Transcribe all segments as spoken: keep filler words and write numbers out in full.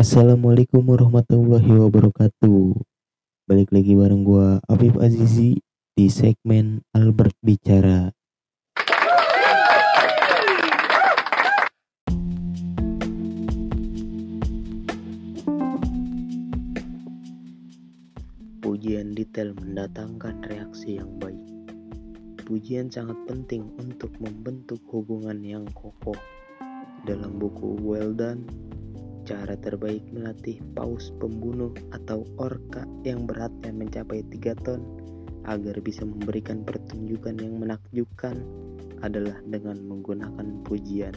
Assalamualaikum warahmatullahi wabarakatuh. Balik lagi bareng gua Afif Azizi di segmen Albert Bicara. Pujian detail mendatangkan reaksi yang baik. Pujian sangat penting untuk membentuk hubungan yang kokoh. Dalam buku Well Done, cara terbaik melatih paus pembunuh atau orka yang beratnya mencapai tiga ton agar bisa memberikan pertunjukan yang menakjubkan adalah dengan menggunakan pujian.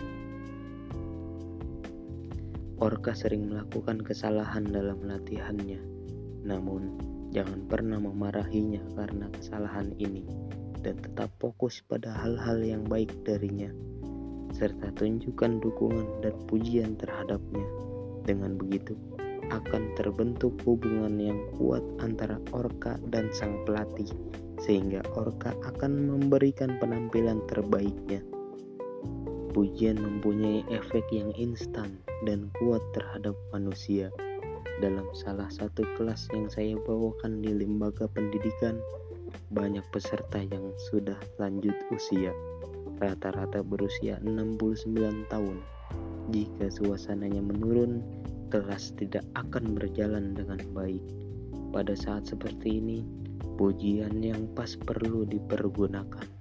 Orka sering melakukan kesalahan dalam latihannya, namun jangan pernah memarahinya karena kesalahan ini dan tetap fokus pada hal-hal yang baik darinya, serta tunjukkan dukungan dan pujian terhadapnya. Dengan begitu, akan terbentuk hubungan yang kuat antara orka dan sang pelatih, sehingga orka akan memberikan penampilan terbaiknya. Pujian mempunyai efek yang instan dan kuat terhadap manusia. Dalam salah satu kelas yang saya bawakan di lembaga pendidikan, banyak peserta yang sudah lanjut usia, rata-rata berusia enam puluh sembilan tahun. Jika suasananya menurun, kelas tidak akan berjalan dengan baik. Pada saat seperti ini, pujian yang pas perlu dipergunakan.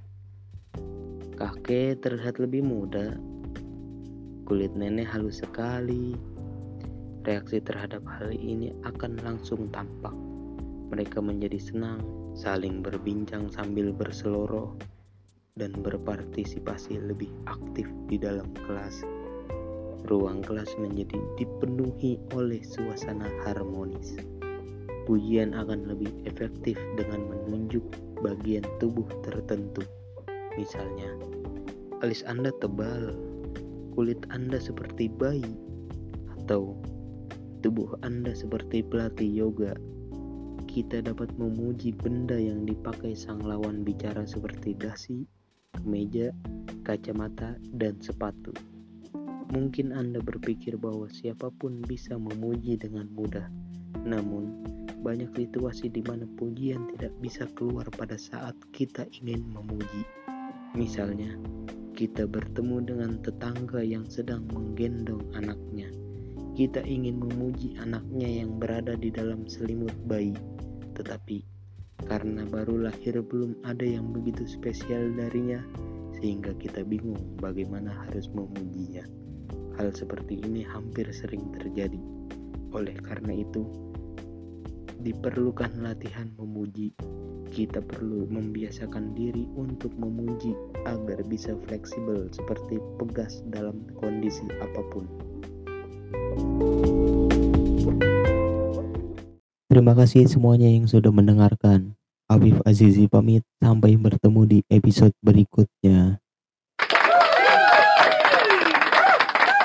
Kakek terlihat lebih muda, kulit nenek halus sekali. Reaksi terhadap hal ini akan langsung tampak. Mereka menjadi senang, saling berbincang sambil berseloroh, dan berpartisipasi lebih aktif di dalam kelas. Ruang kelas menjadi dipenuhi oleh suasana harmonis. Pujian akan lebih efektif dengan menunjuk bagian tubuh tertentu. Misalnya, alis Anda tebal, kulit Anda seperti bayi, atau tubuh Anda seperti pelatih yoga. Kita dapat memuji benda yang dipakai sang lawan bicara seperti dasi, kemeja, kacamata, dan sepatu. Mungkin Anda berpikir bahwa siapapun bisa memuji dengan mudah, namun banyak situasi di mana pujian tidak bisa keluar pada saat kita ingin memuji. Misalnya, kita bertemu dengan tetangga yang sedang menggendong anaknya. Kita ingin memuji anaknya yang berada di dalam selimut bayi, tetapi karena baru lahir belum ada yang begitu spesial darinya, sehingga kita bingung bagaimana harus memujinya. Hal seperti ini hampir sering terjadi. Oleh karena itu, diperlukan latihan memuji. Kita perlu membiasakan diri untuk memuji agar bisa fleksibel seperti pegas dalam kondisi apapun. Terima kasih semuanya yang sudah mendengarkan. Afif Azizi pamit, sampai bertemu di episode berikutnya.